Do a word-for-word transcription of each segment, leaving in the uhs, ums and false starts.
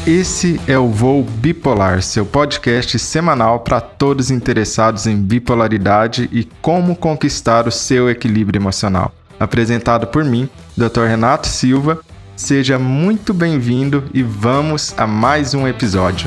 Esse é o Voo Bipolar, seu podcast semanal para todos interessados em bipolaridade e como conquistar o seu equilíbrio emocional. Apresentado por mim, doutor Renato Silva. Seja muito bem-vindo e vamos a mais um episódio.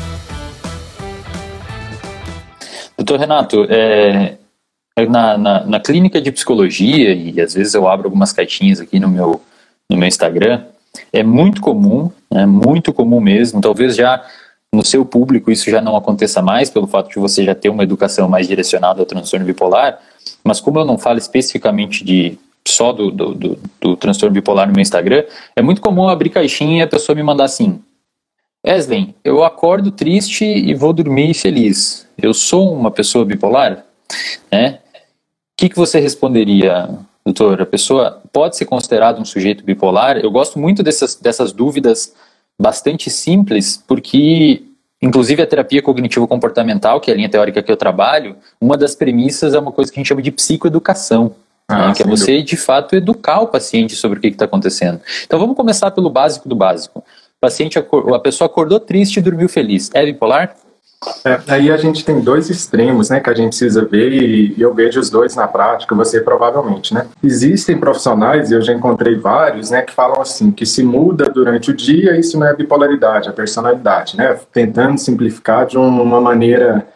doutor Renato, é, na, na, na clínica de psicologia, e às vezes eu abro algumas caixinhas aqui no meu, no meu Instagram, é muito comum, é muito comum mesmo, talvez já no seu público isso já não aconteça mais, pelo fato de você já ter uma educação mais direcionada ao transtorno bipolar, mas como eu não falo especificamente de só do, do, do, do transtorno bipolar no meu Instagram, é muito comum abrir caixinha e a pessoa me mandar assim: Wesley, eu acordo triste e vou dormir feliz. Eu sou uma pessoa bipolar? Né? O que, que você responderia, doutor? A pessoa pode ser considerada um sujeito bipolar? Eu gosto muito dessas, dessas dúvidas bastante simples, porque, inclusive, a terapia cognitivo-comportamental, que é a linha teórica que eu trabalho, uma das premissas é uma coisa que a gente chama de psicoeducação. Ah, né, que é você, de fato, educar o paciente sobre o que está acontecendo. Então, vamos começar pelo básico do básico. O paciente, a pessoa acordou triste e dormiu feliz. É bipolar? É, aí a gente tem dois extremos, né, que a gente precisa ver, e eu vejo os dois na prática, você provavelmente, né. Existem profissionais, e eu já encontrei vários, né, que falam assim, que se muda durante o dia, isso não é bipolaridade, é personalidade, né, tentando simplificar de uma maneira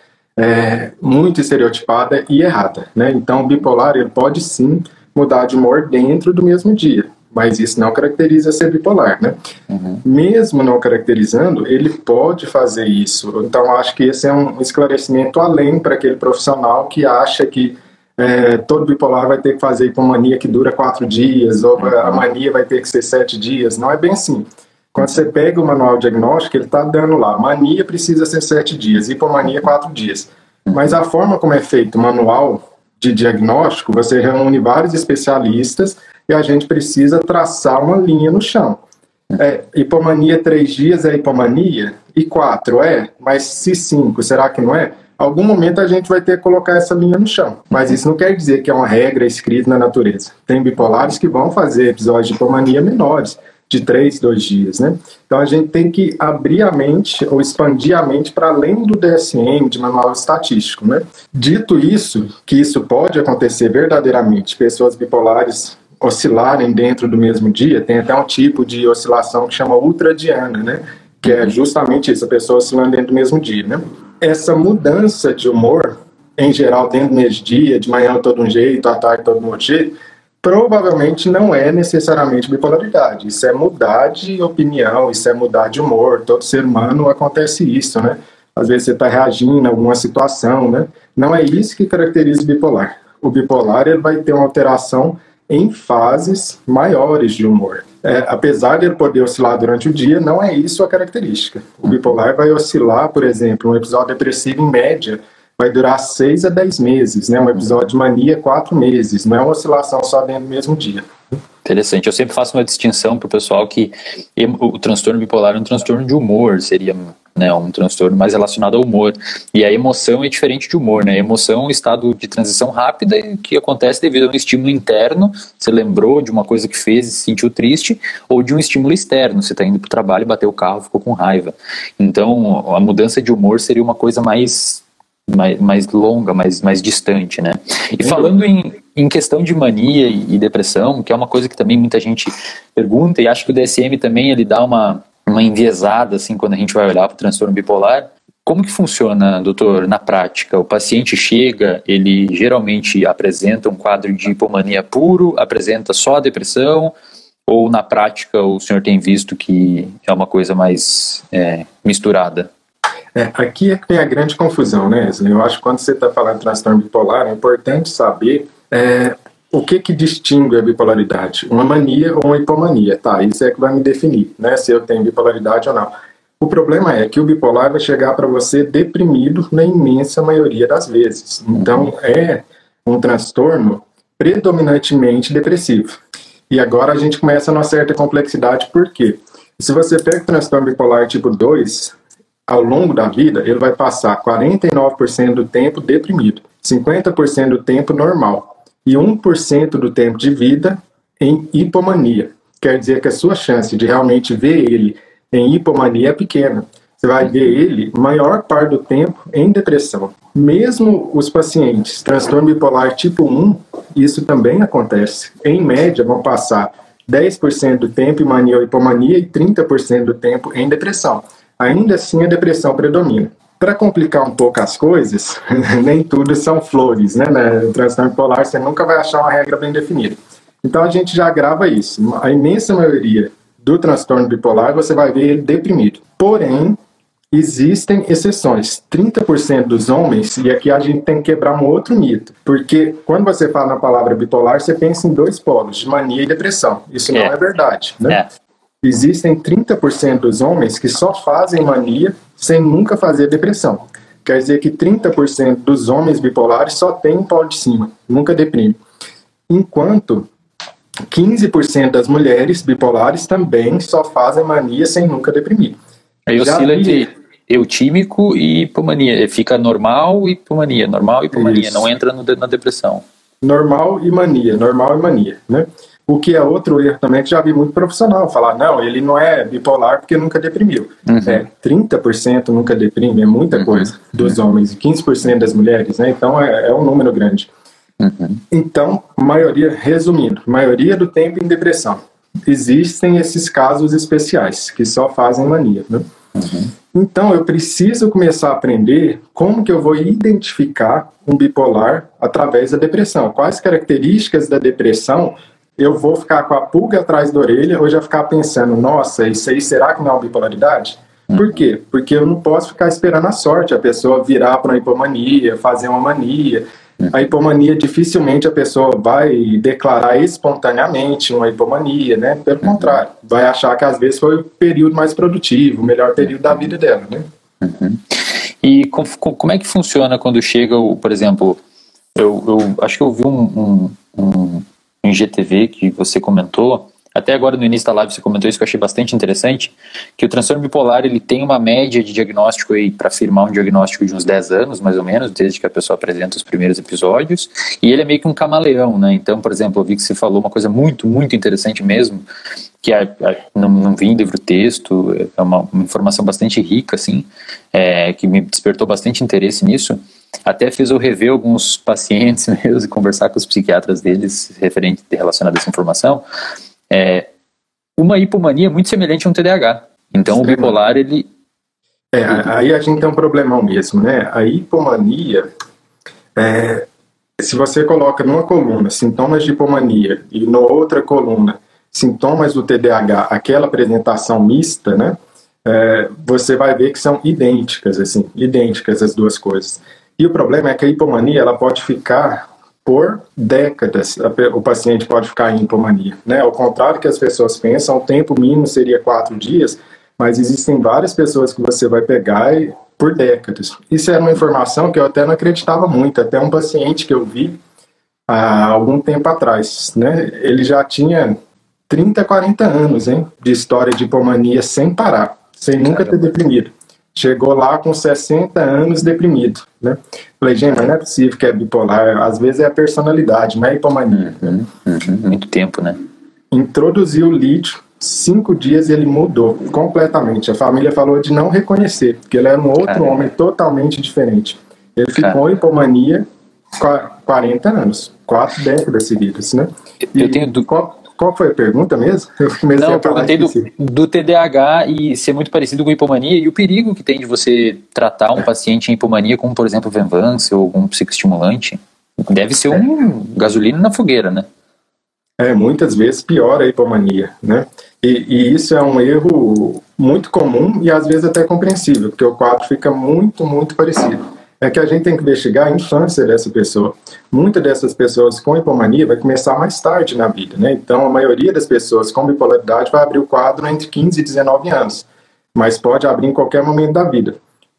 é, muito estereotipada e errada, né. Então, o bipolar, ele pode sim mudar de humor dentro do mesmo dia, mas isso não caracteriza ser bipolar, né? Uhum. Mesmo não caracterizando, ele pode fazer isso. Então, acho que esse é um esclarecimento além para aquele profissional que acha que é, todo bipolar vai ter que fazer hipomania que dura quatro dias, ou a mania vai ter que ser sete dias. Não é bem assim. Quando você pega o manual diagnóstico, ele está dando lá, mania precisa ser sete dias, hipomania quatro dias. Mas a forma como é feito o manual de diagnóstico, você reúne vários especialistas e a gente precisa traçar uma linha no chão. É, hipomania três dias é hipomania? E quatro é? Mas se cinco, será que não é? Algum momento a gente vai ter que colocar essa linha no chão. Mas isso não quer dizer que é uma regra escrita na natureza. Tem bipolares que vão fazer episódios de hipomania menores, de três, dois dias, né? Então a gente tem que abrir a mente ou expandir a mente para além do D S M, de manual estatístico, né? Dito isso, que isso pode acontecer verdadeiramente, pessoas bipolares oscilarem dentro do mesmo dia, tem até um tipo de oscilação que chama ultradiana, né? Que é justamente isso, a pessoa oscilando dentro do mesmo dia, né? Essa mudança de humor, em geral, dentro do mesmo dia, de manhã todo um jeito, à tarde todo um outro jeito, provavelmente não é necessariamente bipolaridade. Isso é mudar de opinião, isso é mudar de humor. Todo ser humano acontece isso, né? Às vezes você está reagindo a alguma situação, né? Não é isso que caracteriza o bipolar. O bipolar, ele vai ter uma alteração em fases maiores de humor. É, apesar de ele poder oscilar durante o dia, não é isso a característica. O bipolar vai oscilar, por exemplo, um episódio depressivo em média vai durar seis a dez meses, né? Um episódio de mania, quatro meses. Não é uma oscilação só dentro do mesmo dia. Interessante. Eu sempre faço uma distinção para o pessoal que o transtorno bipolar é um transtorno de humor, seria, né, um transtorno mais relacionado ao humor. E a emoção é diferente de humor, né? A emoção é um estado de transição rápida que acontece devido a um estímulo interno. Você lembrou de uma coisa que fez e se sentiu triste, ou de um estímulo externo. Você está indo para o trabalho, bateu o carro, ficou com raiva. Então, a mudança de humor seria uma coisa mais... Mais, mais longa, mais, mais distante, né? E falando em, em questão de mania e, e depressão, que é uma coisa que também muita gente pergunta, e acho que o D S M também ele dá uma, uma enviesada, assim, quando a gente vai olhar para o transtorno bipolar. Como que funciona, doutor, na prática? O paciente chega, ele geralmente apresenta um quadro de hipomania puro, apresenta só a depressão, ou na prática o senhor tem visto que é uma coisa mais é, misturada? É, aqui é que tem a grande confusão, né, Wesley? Eu acho que quando você está falando de transtorno bipolar, é importante saber é, o que que distingue a bipolaridade. Uma mania ou uma hipomania, tá? Isso é que vai me definir, né, se eu tenho bipolaridade ou não. O problema é que o bipolar vai chegar para você deprimido na imensa maioria das vezes. Então, é um transtorno predominantemente depressivo. E agora a gente começa numa certa complexidade, por quê? Se você pega o transtorno bipolar tipo dois... ao longo da vida, ele vai passar quarenta e nove por cento do tempo deprimido, cinquenta por cento do tempo normal e um por cento do tempo de vida em hipomania. Quer dizer que a sua chance de realmente ver ele em hipomania é pequena. Você vai ver ele, maior parte do tempo, em depressão. Mesmo os pacientes transtorno bipolar tipo um, isso também acontece. Em média, vão passar dez por cento do tempo em mania ou hipomania e trinta por cento do tempo em depressão. Ainda assim, a depressão predomina. Para complicar um pouco as coisas, nem tudo são flores, né? No transtorno bipolar, você nunca vai achar uma regra bem definida. Então, a gente já grava isso. A imensa maioria do transtorno bipolar, você vai ver ele deprimido. Porém, existem exceções. trinta por cento dos homens, e aqui a gente tem que quebrar um outro mito, porque quando você fala na palavra bipolar, você pensa em dois polos, de mania e depressão. Isso não é, é verdade, né? É. Existem trinta por cento dos homens que só fazem mania sem nunca fazer depressão. Quer dizer que trinta por cento dos homens bipolares só tem um polo de cima, nunca deprime. Enquanto quinze por cento das mulheres bipolares também só fazem mania sem nunca deprimir. Aí oscila entre eutímico e hipomania. Fica normal e hipomania, normal e hipomania. Isso. Não entra no, na depressão. Normal e mania, normal e mania, né? O que é outro erro também, que já vi muito profissional falar, não, ele não é bipolar porque nunca deprimiu. Uhum. É, trinta por cento nunca deprime, é muita uhum. coisa dos uhum. homens, e quinze por cento das mulheres, né? Então é, é um número grande. Uhum. Então, maioria, resumindo, maioria do tempo em depressão. Existem esses casos especiais, que só fazem mania, né? Uhum. Então, eu preciso começar a aprender como que eu vou identificar um bipolar através da depressão. Quais características da depressão eu vou ficar com a pulga atrás da orelha ou já ficar pensando, nossa, isso aí será que não é uma bipolaridade? Uhum. Por quê? Porque eu não posso ficar esperando a sorte, a pessoa virar para uma hipomania, fazer uma mania. A hipomania, dificilmente a pessoa vai declarar espontaneamente uma hipomania, né? Pelo uhum. contrário, vai achar que às vezes foi o período mais produtivo, o melhor período da vida dela, né? Uhum. E com, com, como é que funciona quando chega, o, por exemplo, eu, eu acho que eu vi um, um, um, um I G T V que você comentou, até agora no início da live você comentou isso que eu achei bastante interessante, que o transtorno bipolar ele tem uma média de diagnóstico aí para afirmar um diagnóstico de uns dez anos, mais ou menos, desde que a pessoa apresenta os primeiros episódios, e ele é meio que um camaleão, né? Então, por exemplo, eu vi que você falou uma coisa muito, muito interessante mesmo, que é, é, não, não vi em livro-texto, é uma, uma informação bastante rica, assim, é, que me despertou bastante interesse nisso. Até fiz eu rever alguns pacientes meus e conversar com os psiquiatras deles referente relacionado a essa informação. É, uma hipomania é muito semelhante a um T D A H. Então Sim. o bipolar, ele... É, aí a gente tem um problemão mesmo, né? A hipomania, é, se você coloca numa coluna sintomas de hipomania e na outra coluna sintomas do T D A H, aquela apresentação mista, né? É, você vai ver que são idênticas, assim, idênticas as duas coisas. E o problema é que a hipomania, ela pode ficar por décadas, o paciente pode ficar em hipomania, né? Ao contrário que as pessoas pensam, o tempo mínimo seria quatro dias, mas existem várias pessoas que você vai pegar e, por décadas. Isso era uma informação que eu até não acreditava muito, até um paciente que eu vi há algum tempo atrás, né? Ele já tinha trinta, quarenta anos, hein, de história de hipomania sem parar, sem nunca ter deprimido. Chegou lá com sessenta anos deprimido, né? Falei, gente, mas não é possível que é bipolar, às vezes é a personalidade, não é a hipomania. Uhum, uhum, muito tempo, né? Introduziu o lítio, cinco dias ele mudou completamente. A família falou de não reconhecer, porque ele era um outro Caramba. homem totalmente diferente. Ele ficou Caramba. em hipomania quarenta anos, quatro décadas seguidas, né? E eu tenho... Du... Qual, qual foi a pergunta mesmo? Eu comecei não, a eu perguntei do, do T D A H e ser muito parecido com hipomania e o perigo que tem de você tratar um paciente em hipomania como, por exemplo, Venvanse ou algum psicoestimulante. Deve ser um gasolina na fogueira, né? É, muitas vezes piora a hipomania, né? E, e isso é um erro muito comum e às vezes até compreensível, porque o quadro fica muito, muito parecido. É que a gente tem que investigar a infância dessa pessoa. Muitas dessas pessoas com hipomania vai começar mais tarde na vida, né? Então, a maioria das pessoas com bipolaridade vai abrir o quadro entre quinze e dezenove anos, mas pode abrir em qualquer momento da vida.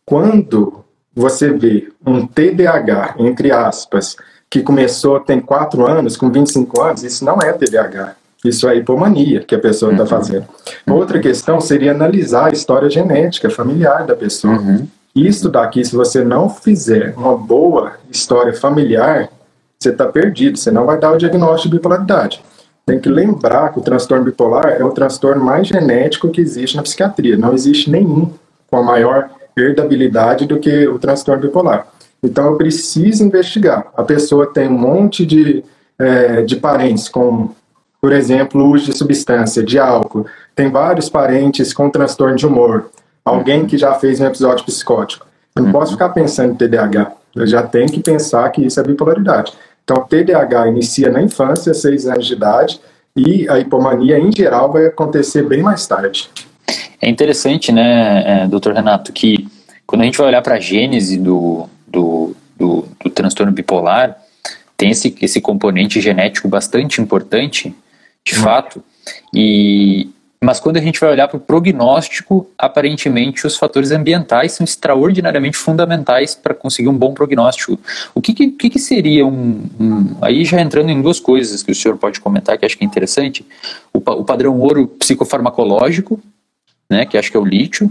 Quando você vê um T D A H, entre aspas, que começou tem quatro anos, com vinte e cinco anos, isso não é T D A H. Isso é hipomania que a pessoa está uhum. fazendo. Outra questão seria analisar a história genética familiar da pessoa. Uhum. Isso daqui, se você não fizer uma boa história familiar, você está perdido, você não vai dar o diagnóstico de bipolaridade. Tem que lembrar que o transtorno bipolar é o transtorno mais genético que existe na psiquiatria. Não existe nenhum com a maior herdabilidade do que o transtorno bipolar. Então eu preciso investigar. A pessoa tem um monte de, é, de parentes com, por exemplo, uso de substância, de álcool. Tem vários parentes com transtorno de humor. Alguém que já fez um episódio psicótico. Eu não posso ficar pensando em T D A H. Eu já tenho que pensar que isso é bipolaridade. Então, T D A H inicia na infância, seis anos de idade, e a hipomania, em geral, vai acontecer bem mais tarde. É interessante, né, doutor Renato, que quando a gente vai olhar para a gênese do, do, do, do transtorno bipolar, tem esse, esse componente genético bastante importante, de hum. fato, e... Mas quando a gente vai olhar para o prognóstico, aparentemente os fatores ambientais são extraordinariamente fundamentais para conseguir um bom prognóstico. O que, que, que seria um, um... Aí já entrando em duas coisas que o senhor pode comentar, que acho que é interessante. O, o padrão ouro psicofarmacológico, né, que acho que é o lítio,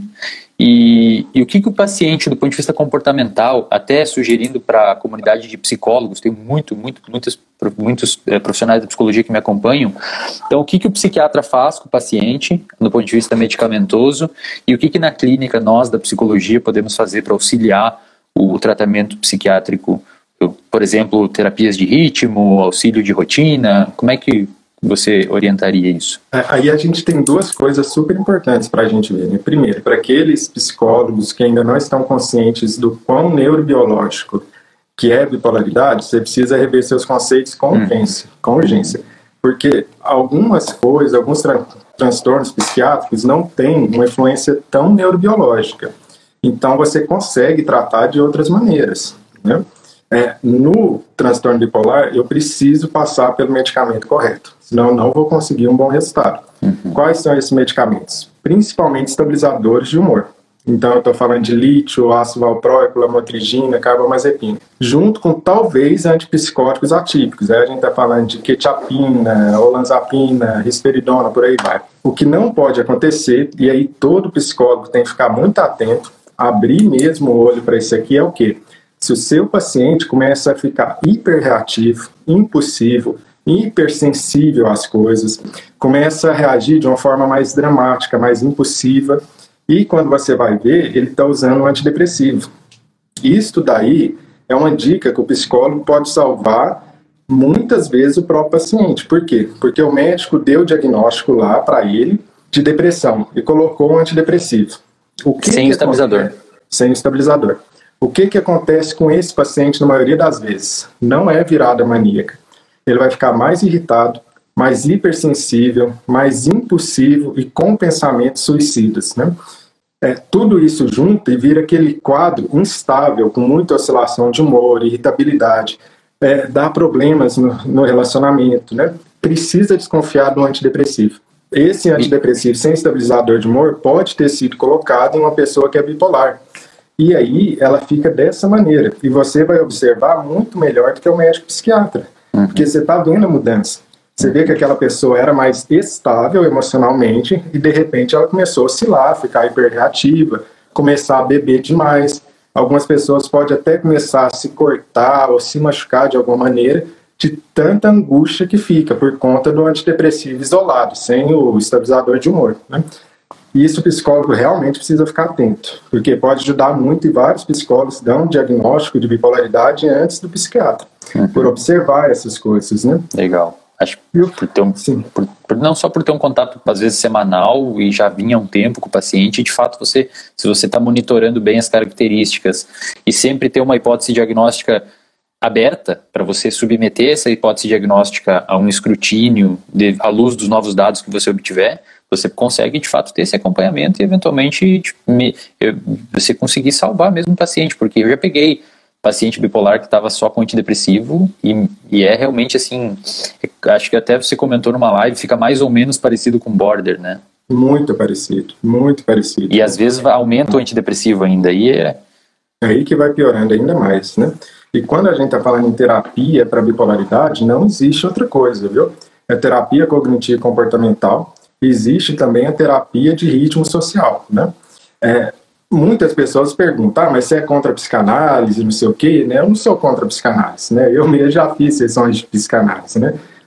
e, e o que, que o paciente, do ponto de vista comportamental, até sugerindo para a comunidade de psicólogos, tem muito, muito, muitos, muitos é, profissionais da psicologia que me acompanham, então o que, que o psiquiatra faz com o paciente, do ponto de vista medicamentoso, e o que, que na clínica nós da psicologia podemos fazer para auxiliar o tratamento psiquiátrico, por exemplo, terapias de ritmo, auxílio de rotina, como é que você orientaria isso? Aí a gente tem duas coisas super importantes para a gente ver, né? Primeiro, para aqueles psicólogos que ainda não estão conscientes do quão neurobiológico que é bipolaridade, você precisa rever seus conceitos com urgência, hum. com urgência. Porque algumas coisas, alguns tra- transtornos psiquiátricos não têm uma influência tão neurobiológica. Então você consegue tratar de outras maneiras, né? É, no transtorno bipolar, eu preciso passar pelo medicamento correto, senão eu não vou conseguir um bom resultado. Uhum. Quais são esses medicamentos? Principalmente estabilizadores de humor. Então eu estou falando de lítio, ácido valproico, lamotrigina, carbamazepina, junto com talvez antipsicóticos atípicos. Aí a gente está falando de quetiapina, olanzapina, risperidona, por aí vai. O que não pode acontecer, e aí todo psicólogo tem que ficar muito atento, abrir mesmo o olho para isso aqui, é o quê? Se o seu paciente começa a ficar hiperreativo, impulsivo, hipersensível às coisas, começa a reagir de uma forma mais dramática, mais impulsiva, e quando você vai ver, ele está usando um antidepressivo. Isto daí é uma dica que o psicólogo pode salvar muitas vezes o próprio paciente. Por quê? Porque o médico deu o diagnóstico lá para ele de depressão e colocou um antidepressivo. O que Sem que estabilizador. Acontece? Sem estabilizador. O que, que acontece com esse paciente na maioria das vezes? Não é virada maníaca. Ele vai ficar mais irritado, mais hipersensível, mais impulsivo e com pensamentos suicidas, né? É, tudo isso junto e vira aquele quadro instável, com muita oscilação de humor, irritabilidade, é, dá problemas no, no relacionamento, né? Precisa desconfiar do antidepressivo. Esse antidepressivo sem estabilizador de humor pode ter sido colocado em uma pessoa que é bipolar. E aí ela fica dessa maneira. E você vai observar muito melhor do que o médico psiquiatra. Uhum. Porque você está vendo a mudança. Você vê que aquela pessoa era mais estável emocionalmente e de repente ela começou a oscilar, ficar hiperreativa, começar a beber demais. Algumas pessoas podem até começar a se cortar ou se machucar de alguma maneira de tanta angústia que fica por conta do antidepressivo isolado, sem o estabilizador de humor, né? E isso o psicólogo realmente precisa ficar atento, porque pode ajudar muito e vários psicólogos dão um diagnóstico de bipolaridade antes do psiquiatra, uhum. por observar essas coisas, né? Legal. Acho que por ter um, por, por, não só por ter um contato, às vezes, semanal e já vinha há um tempo com o paciente, de fato, você, se você está monitorando bem as características e sempre ter uma hipótese diagnóstica aberta para você submeter essa hipótese diagnóstica a um escrutínio de, à luz dos novos dados que você obtiver, você consegue, de fato, ter esse acompanhamento e, eventualmente, tipo, me, eu, você conseguir salvar mesmo o paciente, porque eu já peguei paciente bipolar que estava só com antidepressivo e, e é realmente assim, acho que até você comentou numa live, fica mais ou menos parecido com border, né? Muito parecido, muito parecido. E às vezes aumenta o antidepressivo ainda, e é... É aí que vai piorando ainda mais, né? E quando a gente está falando em terapia para bipolaridade, não existe outra coisa, viu? É terapia cognitivo comportamental, existe também a terapia de ritmo social, né? É, muitas pessoas perguntam, ah, mas você é contra a psicanálise, não sei o quê, né? Eu não sou contra a psicanálise, né? Eu mesmo já fiz sessões de psicanálise, né?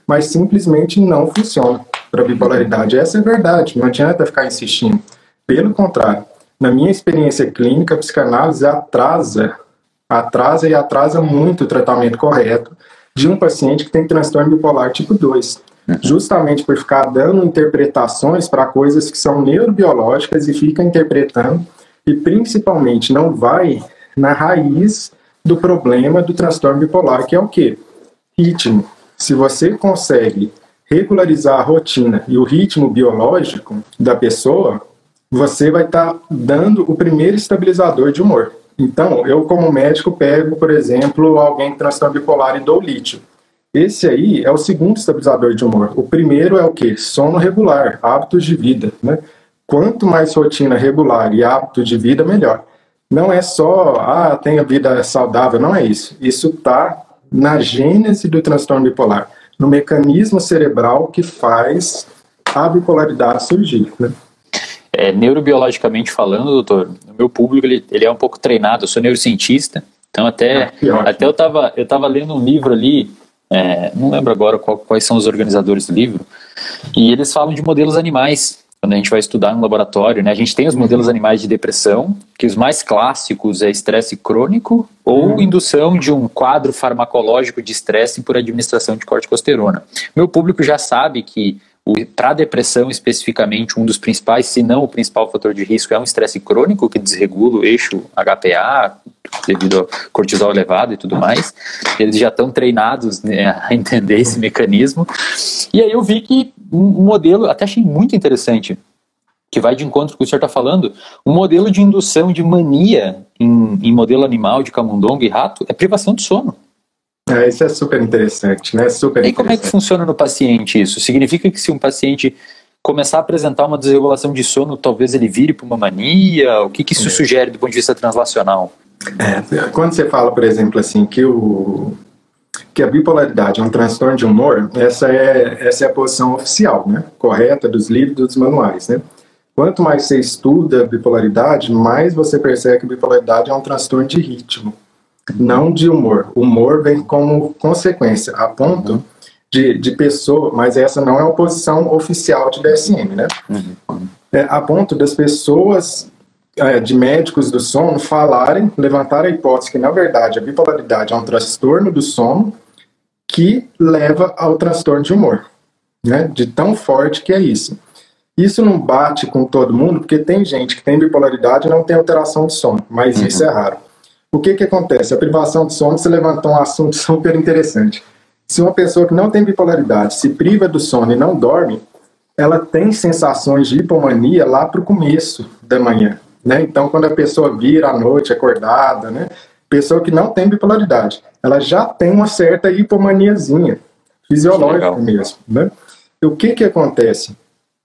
mas simplesmente não funciona para bipolaridade. Essa é a verdade, não adianta ficar insistindo. Pelo contrário, na minha experiência clínica, a psicanálise atrasa, atrasa e atrasa muito o tratamento correto de um paciente que tem transtorno bipolar tipo dois. Justamente por ficar dando interpretações para coisas que são neurobiológicas e fica interpretando e principalmente não vai na raiz do problema do transtorno bipolar, que é o quê? Ritmo. Se você consegue regularizar a rotina e o ritmo biológico da pessoa, você vai estar tá dando o primeiro estabilizador de humor. Então, eu como médico pego, por exemplo, alguém com transtorno bipolar e dou lítio. Esse aí é o segundo estabilizador de humor. O primeiro é o quê? Sono regular, hábitos de vida, né? Quanto mais rotina regular e hábito de vida, melhor. Não é só, ah, tenha vida saudável, não é isso. Isso está na gênese do transtorno bipolar, no mecanismo cerebral que faz a bipolaridade surgir, né? É, neurobiologicamente falando, doutor, o meu público ele, ele é um pouco treinado, eu sou neurocientista, então até, ah, até eu estava eu tava lendo um livro ali, é, não lembro agora qual, quais são os organizadores do livro, e eles falam de modelos animais, quando a gente vai estudar no laboratório, né, a gente tem os modelos animais de depressão, que os mais clássicos é estresse crônico ou uhum. indução de um quadro farmacológico de estresse por administração de corticosterona. Meu público já sabe que para a depressão especificamente, um dos principais, se não o principal fator de risco é um estresse crônico que desregula o eixo H P A devido ao cortisol elevado e tudo mais. Eles já estão treinados, né, a entender esse mecanismo. E aí eu vi que um modelo, até achei muito interessante, que vai de encontro com o que o senhor está falando, um modelo de indução de mania em, em modelo animal de camundongo e rato é privação de sono. É, isso é super interessante, né? Super e como é que funciona no paciente isso? Significa que se um paciente começar a apresentar uma desregulação de sono, talvez ele vire para uma mania? O que, que isso é. sugere do ponto de vista translacional? É, quando você fala, por exemplo, assim, que, o, que a bipolaridade é um transtorno de humor, essa é, essa é a posição oficial, né? Correta dos livros, dos manuais, né? Quanto mais você estuda a bipolaridade, mais você percebe que a bipolaridade é um transtorno de ritmo, não de humor. O humor vem como consequência, a ponto de, de pessoa, mas essa não é a posição oficial de D S M, né? Uhum. É, a ponto das pessoas, é, de médicos do sono, falarem, levantar a hipótese que, na verdade, a bipolaridade é um transtorno do sono que leva ao transtorno de humor, né? De tão forte que é isso. Isso não bate com todo mundo, porque tem gente que tem bipolaridade e não tem alteração de sono, mas uhum. isso é raro. O que que acontece? A privação de sono, você levantou um assunto super interessante. Se uma pessoa que não tem bipolaridade se priva do sono e não dorme, ela tem sensações de hipomania lá para o começo da manhã, né? Então, quando a pessoa vira à noite acordada, né? Pessoa que não tem bipolaridade, ela já tem uma certa hipomaniazinha, fisiológica mesmo, né? E o que que acontece?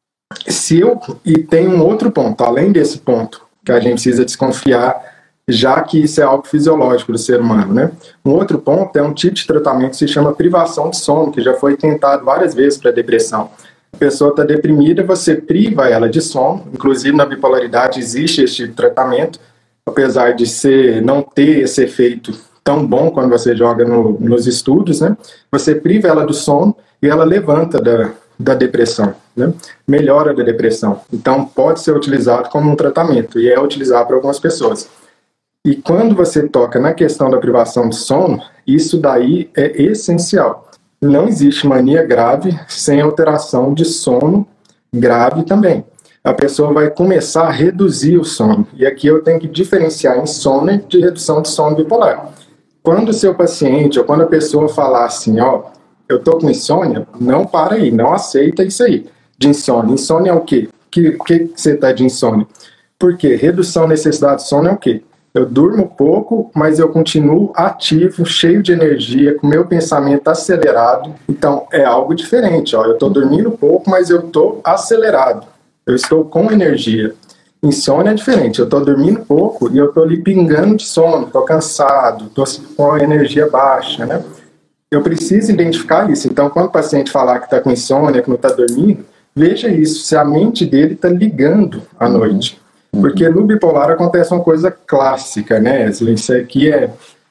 Se eu, e tem um outro ponto, além desse ponto, que a gente precisa desconfiar, já que isso é algo fisiológico do ser humano, né? Um outro ponto é um tipo de tratamento que se chama privação de sono, que já foi tentado várias vezes para depressão. A pessoa está deprimida, você priva ela de sono, inclusive na bipolaridade existe esse tipo de tratamento, apesar de ser, não ter esse efeito tão bom quando você joga no, nos estudos, né? Você priva ela do sono e ela levanta da, da depressão, né? Melhora da depressão. Então pode ser utilizado como um tratamento e é utilizado por algumas pessoas. E quando você toca na questão da privação de sono, isso daí é essencial. Não existe mania grave sem alteração de sono grave também. A pessoa vai começar a reduzir o sono. E aqui eu tenho que diferenciar insônia de redução de sono bipolar. Quando o seu paciente ou quando a pessoa falar assim, ó, eu tô com insônia, não para aí, não aceita isso aí de insônia. Insônia é o quê? O que, que você tá de insônia? Porque redução da necessidade de sono é o quê? Eu durmo pouco, mas eu continuo ativo, cheio de energia, com meu pensamento acelerado. Então, é algo diferente. Ó. Eu estou dormindo pouco, mas eu estou acelerado. Eu estou com energia. Insônia é diferente. Eu estou dormindo pouco e eu estou ali pingando de sono. Estou cansado, estou com a energia baixa, né? Eu preciso identificar isso. Então, quando o paciente falar que está com insônia, que não está dormindo, veja isso. Se a mente dele está ligando à noite. Porque no bipolar acontece uma coisa clássica, né? Isso aqui é,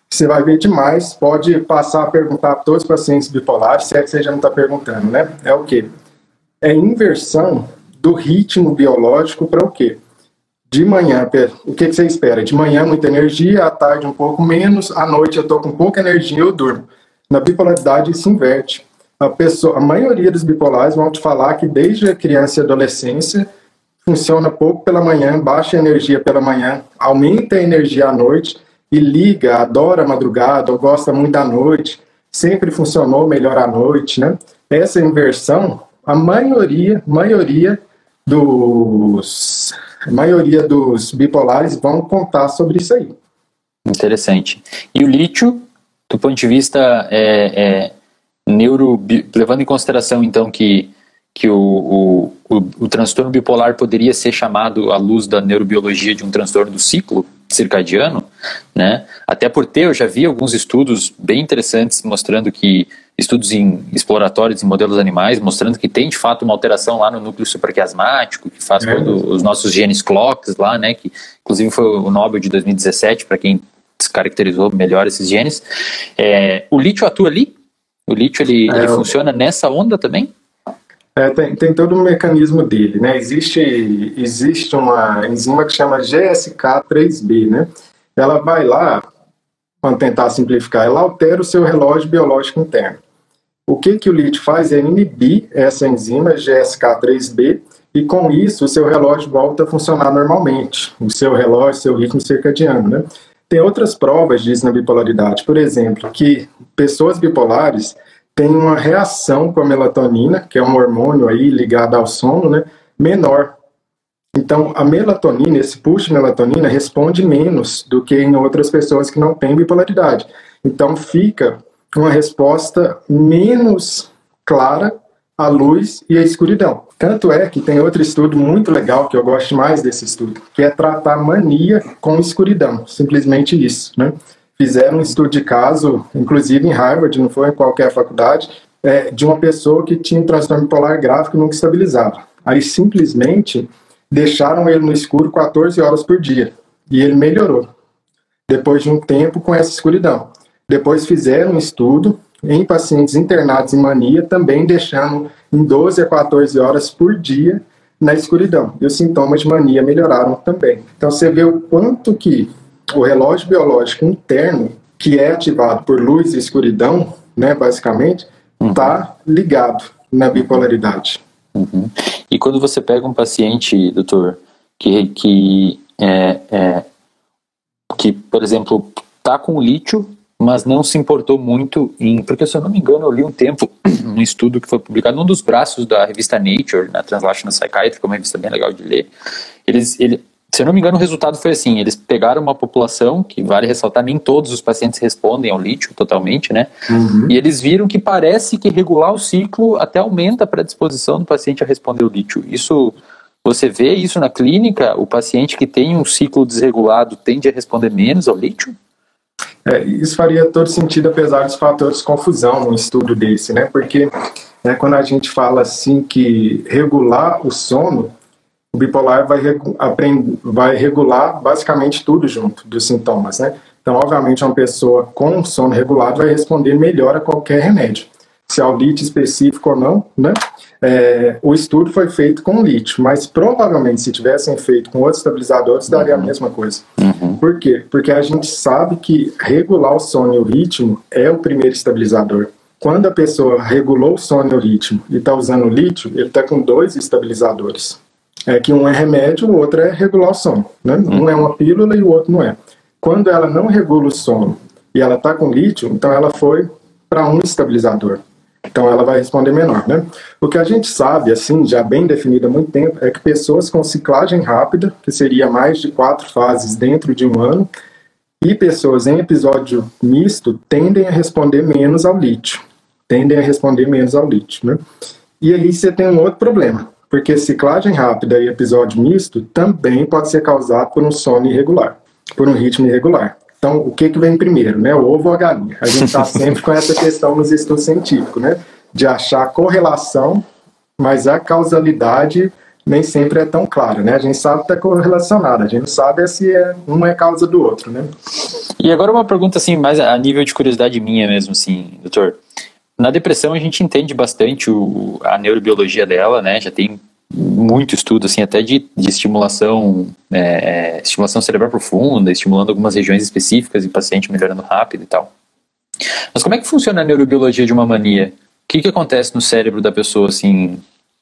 você vai ver demais, pode passar a perguntar para todos os pacientes bipolares, se é que você já não está perguntando, né? É o quê? É inversão do ritmo biológico para o quê? De manhã, o que você espera? De manhã muita energia, à tarde um pouco menos, à noite eu estou com pouca energia e eu durmo. Na bipolaridade isso inverte. A, pessoa, a maioria dos bipolares vão te falar que desde a criança e adolescência funciona pouco pela manhã, baixa energia pela manhã, aumenta a energia à noite e liga, adora a madrugada ou gosta muito da noite, sempre funcionou melhor à noite, né? Essa inversão, a maioria, maioria dos, a maioria dos bipolares vão contar sobre isso aí. Interessante. E o lítio, do ponto de vista é, é, neuro, levando em consideração então que que o, o, o, o transtorno bipolar poderia ser chamado, à luz da neurobiologia, de um transtorno do ciclo circadiano, né? Até por ter, eu já vi alguns estudos bem interessantes mostrando que, estudos em, exploratórios em modelos animais, mostrando que tem de fato uma alteração lá no núcleo supraquiasmático, que faz é. todo, os nossos genes clocks lá, né? Que inclusive foi o Nobel de dois mil e dezessete, para quem descaracterizou melhor esses genes. É, o lítio atua ali? O lítio ele, é, ele funciona nessa onda também? É, tem, tem todo um mecanismo dele, né? Existe, existe uma enzima que chama G S K três B, né? Ela vai lá, vamos tentar simplificar, ela altera o seu relógio biológico interno. O que, que o lítio faz é inibir essa enzima G S K três B e com isso o seu relógio volta a funcionar normalmente, o seu relógio, seu ritmo circadiano, né? Tem outras provas disso na bipolaridade, por exemplo, que pessoas bipolares tem uma reação com a melatonina, que é um hormônio aí ligado ao sono, né, menor. Então, a melatonina, esse push de melatonina, responde menos do que em outras pessoas que não têm bipolaridade. Então, fica uma resposta menos clara à luz e à escuridão. Tanto é que tem outro estudo muito legal, que eu gosto mais desse estudo, que é tratar mania com escuridão. Simplesmente isso, né? Fizeram um estudo de caso, inclusive em Harvard, não foi em qualquer faculdade, é, de uma pessoa que tinha um transtorno bipolar grave que nunca estabilizava. Aí simplesmente deixaram ele no escuro quatorze horas por dia. E ele melhorou, depois de um tempo com essa escuridão. Depois fizeram um estudo em pacientes internados em mania, também deixando em doze a quatorze horas por dia na escuridão. E os sintomas de mania melhoraram também. Então você vê o quanto que o relógio biológico interno, que é ativado por luz e escuridão, né, basicamente, está uhum. ligado na bipolaridade. Uhum. E quando você pega um paciente, doutor, que, que, é, é, que por exemplo, está com o lítio, mas não se importou muito em... Porque, se eu não me engano, eu li um tempo um estudo que foi publicado num dos braços da revista Nature, na Translational Psychiatry, que é uma revista bem legal de ler. Eles... Ele, Se eu não me engano, o resultado foi assim, eles pegaram uma população, que vale ressaltar, nem todos os pacientes respondem ao lítio totalmente, né? Uhum. E eles viram que parece que regular o ciclo até aumenta a predisposição do paciente a responder ao lítio. Isso, você vê isso na clínica? O paciente que tem um ciclo desregulado tende a responder menos ao lítio? É, isso faria todo sentido, apesar dos fatores de confusão num estudo desse, né? Porque né, quando a gente fala assim que regular o sono, o bipolar vai, regu aprend vai regular basicamente tudo junto dos sintomas, né? Então, obviamente, uma pessoa com sono regulado vai responder melhor a qualquer remédio. Se é o lítio específico ou não, né? É, o estudo foi feito com lítio, mas provavelmente se tivessem feito com outros estabilizadores, daria a mesma coisa. Uhum. Por quê? Porque a gente sabe que regular o sono e o ritmo é o primeiro estabilizador. Quando a pessoa regulou o sono e o ritmo e está usando o lítio, ele está com dois estabilizadores. É que um é remédio, o outro é regular o sono, né? Uhum. Um é uma pílula e o outro não é. Quando ela não regula o sono e ela está com lítio, então ela foi para um estabilizador. Então ela vai responder menor, né? O que a gente sabe, assim, já bem definido há muito tempo, é que pessoas com ciclagem rápida, que seria mais de quatro fases dentro de um ano, e pessoas em episódio misto tendem a responder menos ao lítio. Tendem a responder menos ao lítio, né? E aí você tem um outro problema, porque ciclagem rápida e episódio misto também pode ser causado por um sono irregular, por um ritmo irregular. Então, o que, que vem primeiro, né? O ovo ou a galinha? A gente está sempre com essa questão nos estudos científicos, né? De achar correlação, mas a causalidade nem sempre é tão clara, né? A gente sabe que está correlacionada, a gente não sabe se é, um é causa do outro, né? E agora uma pergunta, assim, mais a nível de curiosidade minha mesmo, assim, doutor. Na depressão a gente entende bastante o, a neurobiologia dela, né? Já tem muito estudo, assim, até de, de estimulação, é, estimulação cerebral profunda, estimulando algumas regiões específicas e o paciente melhorando rápido e tal. Mas como é que funciona a neurobiologia de uma mania? O que que acontece no cérebro da pessoa, assim,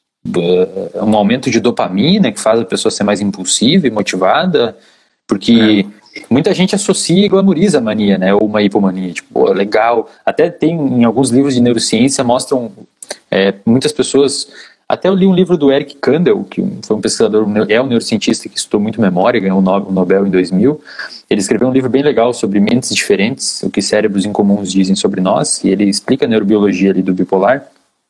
um aumento de dopamina que faz a pessoa ser mais impulsiva e motivada? Porque é. muita gente associa e glamoriza a mania, né? Ou uma hipomania, tipo, pô, legal. Até tem, em alguns livros de neurociência, mostram é, muitas pessoas... Até eu li um livro do Eric Kandel, que foi um pesquisador, é um neurocientista que estudou muito memória, ganhou o Nobel em dois mil. Ele escreveu um livro bem legal sobre mentes diferentes, o que cérebros incomuns dizem sobre nós, e ele explica a neurobiologia ali do bipolar.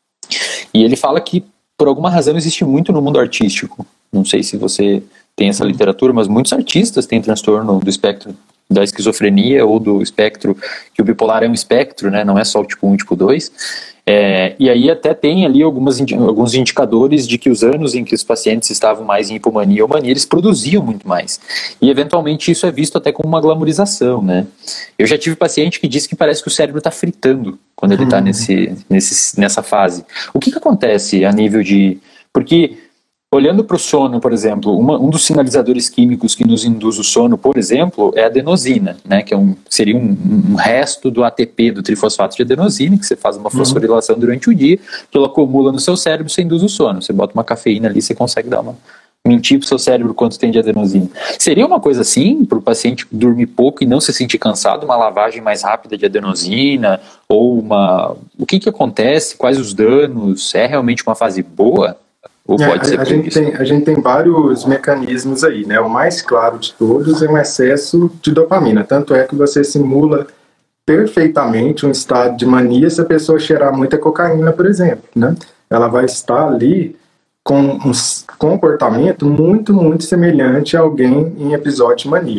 E ele fala que, por alguma razão, existe muito no mundo artístico. Não sei se você tem essa literatura, mas muitos artistas têm transtorno do espectro da esquizofrenia ou do espectro, que o bipolar é um espectro, né? Não é só o tipo um e tipo dois. É, e aí até tem ali algumas, alguns indicadores de que os anos em que os pacientes estavam mais em hipomania ou mania, eles produziam muito mais. E eventualmente isso é visto até como uma glamorização, né? Eu já tive paciente que disse que parece que o cérebro está fritando quando ele está uhum. nesse, nesse, nessa fase. O que que acontece a nível de... Porque... Olhando para o sono, por exemplo, uma, um dos sinalizadores químicos que nos induz o sono, por exemplo, é a adenosina, né, que é um, seria um, um resto do A T P, do trifosfato de adenosina, que você faz uma fosforilação uhum. durante o dia, que ela acumula no seu cérebro e você induz o sono. Você bota uma cafeína ali, você consegue dar uma... mentir para o seu cérebro quanto tem de adenosina. Seria uma coisa assim, para o paciente dormir pouco e não se sentir cansado, uma lavagem mais rápida de adenosina, ou uma... O que que acontece? Quais os danos? É realmente uma fase boa? Ou pode é, ser a, gente tem, a gente tem vários mecanismos aí, né? O mais claro de todos é um excesso de dopamina. Tanto é que você simula perfeitamente um estado de mania se a pessoa cheirar muita cocaína, por exemplo, né? Ela vai estar ali com um comportamento muito, muito semelhante a alguém em episódio de mania.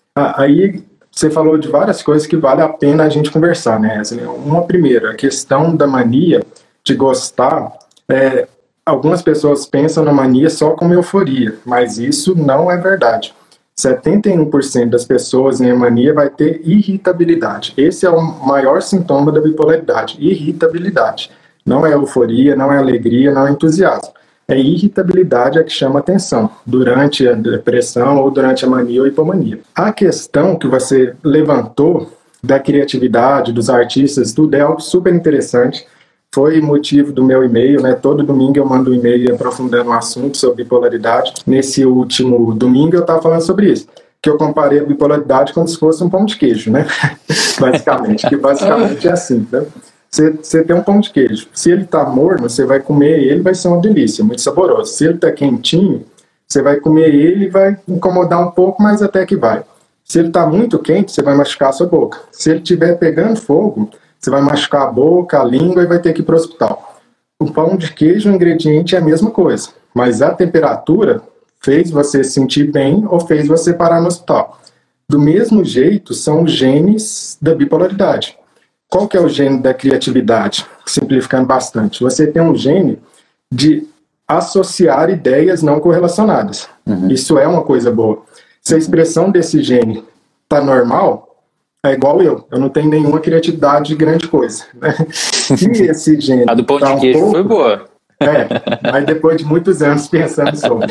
Aí você falou de várias coisas que vale a pena a gente conversar, né? Uma primeira, a questão da mania de gostar... É, algumas pessoas pensam na mania só como euforia, mas isso não é verdade. setenta e um por cento das pessoas em mania vai ter irritabilidade. Esse é o maior sintoma da bipolaridade, irritabilidade. Não é euforia, não é alegria, não é entusiasmo. É irritabilidade a que chama atenção durante a depressão ou durante a mania ou hipomania. A questão que você levantou da criatividade, dos artistas, tudo é algo super interessante. Foi motivo do meu e-mail, né? Todo domingo eu mando um e-mail aprofundando um assunto sobre bipolaridade. Nesse último domingo eu estava falando sobre isso, que eu comparei a bipolaridade como se fosse um pão de queijo, né? Basicamente, que basicamente é assim, né? Você, você tem um pão de queijo, se ele está morno, você vai comer ele, vai ser uma delícia, muito saboroso. Se ele está quentinho, você vai comer ele e vai incomodar um pouco, mas até que vai. Se ele está muito quente, você vai machucar a sua boca. Se ele estiver pegando fogo, você vai machucar a boca, a língua e vai ter que ir para o hospital. O pão de queijo, o ingrediente é a mesma coisa, mas a temperatura fez você sentir bem ou fez você parar no hospital. Do mesmo jeito, são os genes da bipolaridade. Qual que é o gene da criatividade? Simplificando bastante. Você tem um gene de associar ideias não correlacionadas. Uhum. Isso é uma coisa boa. Se a expressão desse gene está normal, é igual eu, eu não tenho nenhuma criatividade de grande coisa, né? Se esse gene a do pão tá de um queijo pouco, foi boa. É, mas depois de muitos anos pensando sobre.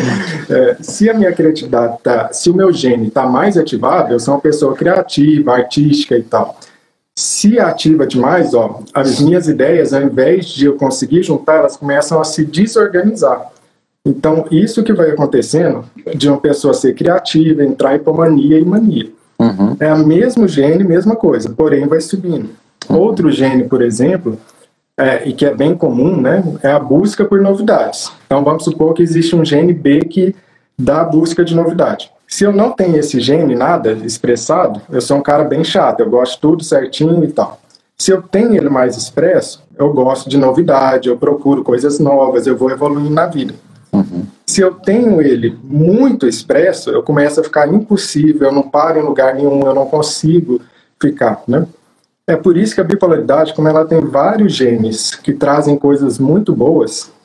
É, se a minha criatividade tá, se o meu gene está mais ativado, eu sou uma pessoa criativa, artística e tal. Se ativa demais, ó, as minhas ideias, ao invés de eu conseguir juntar, elas começam a se desorganizar. Então, isso que vai acontecendo de uma pessoa ser criativa, entrar em hipomania e mania. Uhum. É o mesmo gene, mesma coisa, porém vai subindo. Uhum. Outro gene, por exemplo, é, e que é bem comum, né, é a busca por novidades. Então vamos supor que existe um gene B que dá a busca de novidade. Se eu não tenho esse gene, nada expressado, eu sou um cara bem chato, eu gosto de tudo certinho e tal. Se eu tenho ele mais expresso, eu gosto de novidade, eu procuro coisas novas, eu vou evoluindo na vida. Uhum. Se eu tenho ele muito expresso, eu começo a ficar impossível, eu não paro em lugar nenhum, eu não consigo ficar, né? É por isso que a bipolaridade, como ela tem vários genes que trazem coisas muito boas,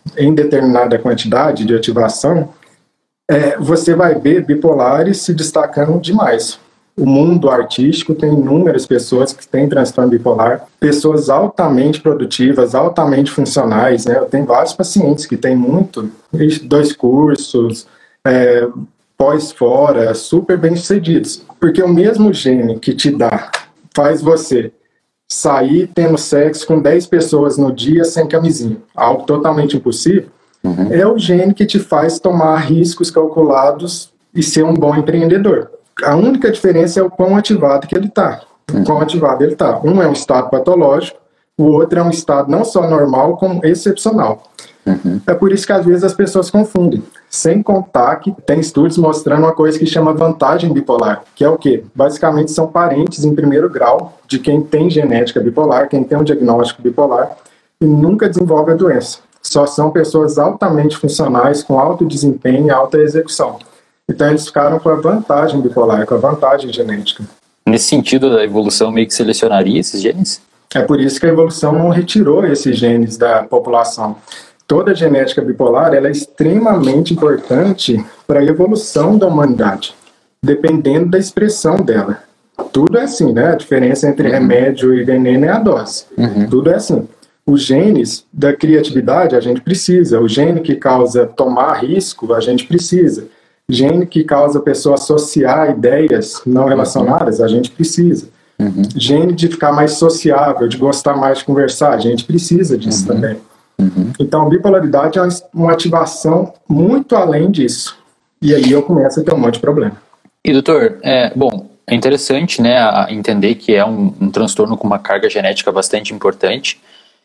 em determinada quantidade de ativação, é, você vai ver bipolares se destacando demais. O mundo artístico tem inúmeras pessoas que têm transtorno bipolar, pessoas altamente produtivas, altamente funcionais, né? Eu tenho vários pacientes que têm muito, dois cursos, é, pós-fora, super bem-sucedidos. Porque o mesmo gene que te dá, faz você sair tendo sexo com dez pessoas no dia sem camisinha, algo totalmente impossível, uhum. é o gene que te faz tomar riscos calculados e ser um bom empreendedor. A única diferença é o quão ativado que ele está. O quão ativado ele está. Um é um estado patológico, o outro é um estado não só normal, como excepcional. Uhum. É por isso que às vezes as pessoas confundem. Sem contar que tem estudos mostrando uma coisa que chama vantagem bipolar, que é o quê? Basicamente são parentes em primeiro grau de quem tem genética bipolar, quem tem um diagnóstico bipolar e nunca desenvolve a doença. Só são pessoas altamente funcionais, com alto desempenho e alta execução. Então eles ficaram com a vantagem bipolar, com a vantagem genética. Nesse sentido, a evolução meio que selecionaria esses genes? É por isso que a evolução não retirou esses genes da população. Toda a genética bipolar ela é extremamente importante para a evolução da humanidade, dependendo da expressão dela. Tudo é assim, né? A diferença entre remédio e veneno é a dose. Uhum. Tudo é assim. Os genes da criatividade a gente precisa. O gene que causa tomar risco a gente precisa. Gene que causa a pessoa associar ideias não relacionadas, a gente precisa. Uhum. Gene de ficar mais sociável, de gostar mais de conversar, a gente precisa disso uhum. também. Uhum. Então, bipolaridade é uma ativação muito além disso. E aí eu começo a ter um monte de problema. E doutor, é, bom, é interessante, né, a entender que é um, um transtorno com uma carga genética bastante importante.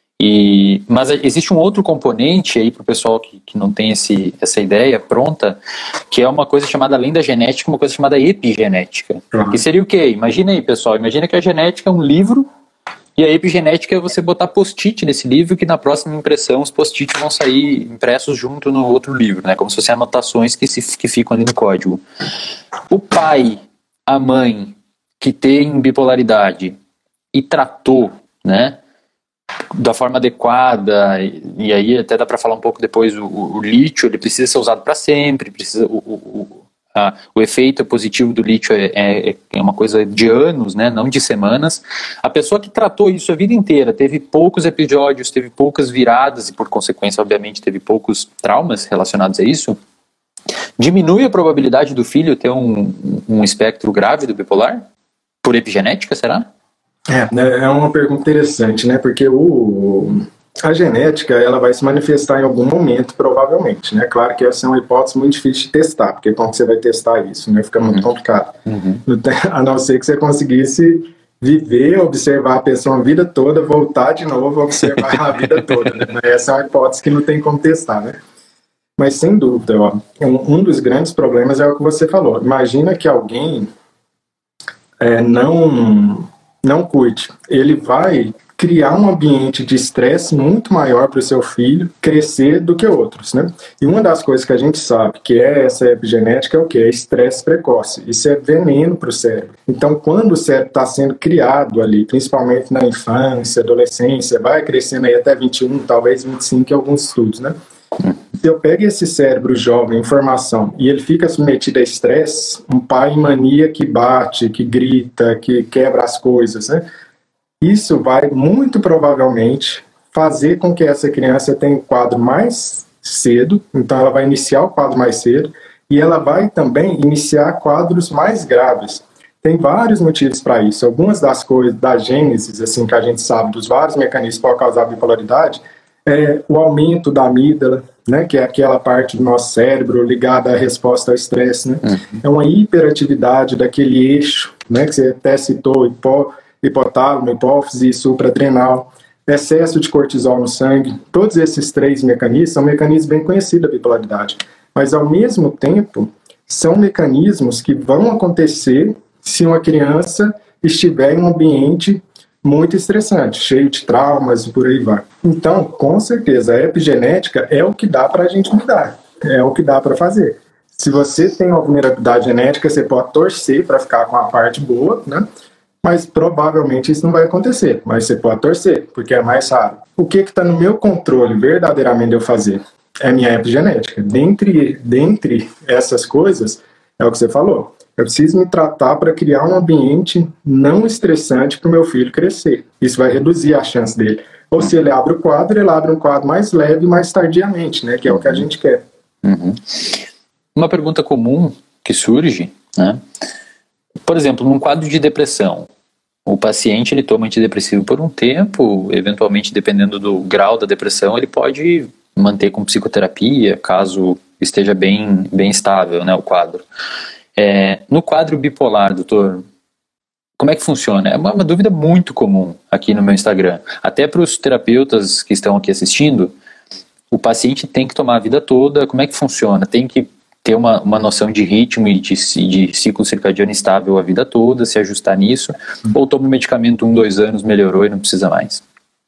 E, mas existe um outro componente aí para o pessoal que, que não tem esse, essa ideia pronta, que é uma coisa chamada, além da genética, uma coisa chamada epigenética. Uhum. Que seria o quê? Imagina aí, pessoal, imagina que a genética é um livro e a epigenética é você botar post-it nesse livro, que na próxima impressão os post-it vão sair impressos junto no outro livro, né? Como se fossem anotações que, se, que ficam ali no código. O pai, a mãe que tem bipolaridade e tratou, né, da forma adequada, e, e aí até dá para falar um pouco depois, o, o, o lítio ele precisa ser usado para sempre, precisa, o, o, a, o efeito positivo do lítio é, é, é uma coisa de anos, né, não de semanas. A pessoa que tratou isso a vida inteira, teve poucos episódios, teve poucas viradas e por consequência, obviamente, teve poucos traumas relacionados a isso, diminui a probabilidade do filho ter um, um espectro grave do bipolar? Por epigenética, será? É, é uma pergunta interessante, né? Porque o, a genética ela vai se manifestar em algum momento, provavelmente, né? Claro que essa é uma hipótese muito difícil de testar, porque como você vai testar isso, né? Fica muito uhum. complicado. Uhum. A não ser que você conseguisse viver, observar a pessoa a vida toda, voltar de novo, observar a vida toda, né? Essa é uma hipótese que não tem como testar, né? Mas sem dúvida, ó, um, um dos grandes problemas é o que você falou. Imagina que alguém é, não... não curte, ele vai criar um ambiente de estresse muito maior para o seu filho crescer do que outros, né? E uma das coisas que a gente sabe que é essa epigenética é o que? É estresse precoce. Isso é veneno para o cérebro. Então, quando o cérebro está sendo criado ali, principalmente na infância, adolescência, vai crescendo aí até vinte e um, talvez vinte e cinco em alguns estudos, né? Se eu pego esse cérebro jovem em formação e ele fica submetido a estresse, um pai em mania que bate, que grita, que quebra as coisas, né? Isso vai muito provavelmente fazer com que essa criança tenha um quadro mais cedo, então ela vai iniciar o quadro mais cedo e ela vai também iniciar quadros mais graves. Tem vários motivos para isso. Algumas das coisas, da gênese, assim, que a gente sabe, dos vários mecanismos que podem causar bipolaridade, é o aumento da amígdala, né, que é aquela parte do nosso cérebro ligada à resposta ao estresse, né? Uhum. É uma hiperatividade daquele eixo, né, que você até citou, hipó, hipotálamo, hipófise e supraadrenal, excesso de cortisol no sangue. Todos esses três mecanismos são mecanismos bem conhecidos da bipolaridade, mas ao mesmo tempo são mecanismos que vão acontecer se uma criança estiver em um ambiente muito estressante, cheio de traumas e por aí vai. Então, com certeza, a epigenética é o que dá para a gente mudar, é o que dá para fazer. Se você tem uma vulnerabilidade genética, você pode torcer para ficar com a parte boa, né? Mas provavelmente isso não vai acontecer, mas você pode torcer, porque é mais raro. O que está no meu controle verdadeiramente de eu fazer? É minha epigenética. Dentre, dentre essas coisas, é o que você falou. Eu preciso me tratar para criar um ambiente não estressante para o meu filho crescer. Isso vai reduzir a chance dele. Ou se ele abre o quadro, ele abre um quadro mais leve, mais tardiamente, né? Que é o que a gente quer. Uhum. Uma pergunta comum que surge, né? Por exemplo, num quadro de depressão, o paciente ele toma antidepressivo por um tempo, eventualmente, dependendo do grau da depressão, ele pode manter com psicoterapia, caso esteja bem, bem estável, né, o quadro. É, no quadro bipolar, doutor, como é que funciona? É uma, uma dúvida muito comum aqui no meu Instagram. Até para os terapeutas que estão aqui assistindo, o paciente tem que tomar a vida toda, como é que funciona? Tem que ter uma, uma noção de ritmo e de, de ciclo circadiano estável a vida toda, se ajustar nisso, ou toma o medicamento um, dois anos, melhorou e não precisa mais?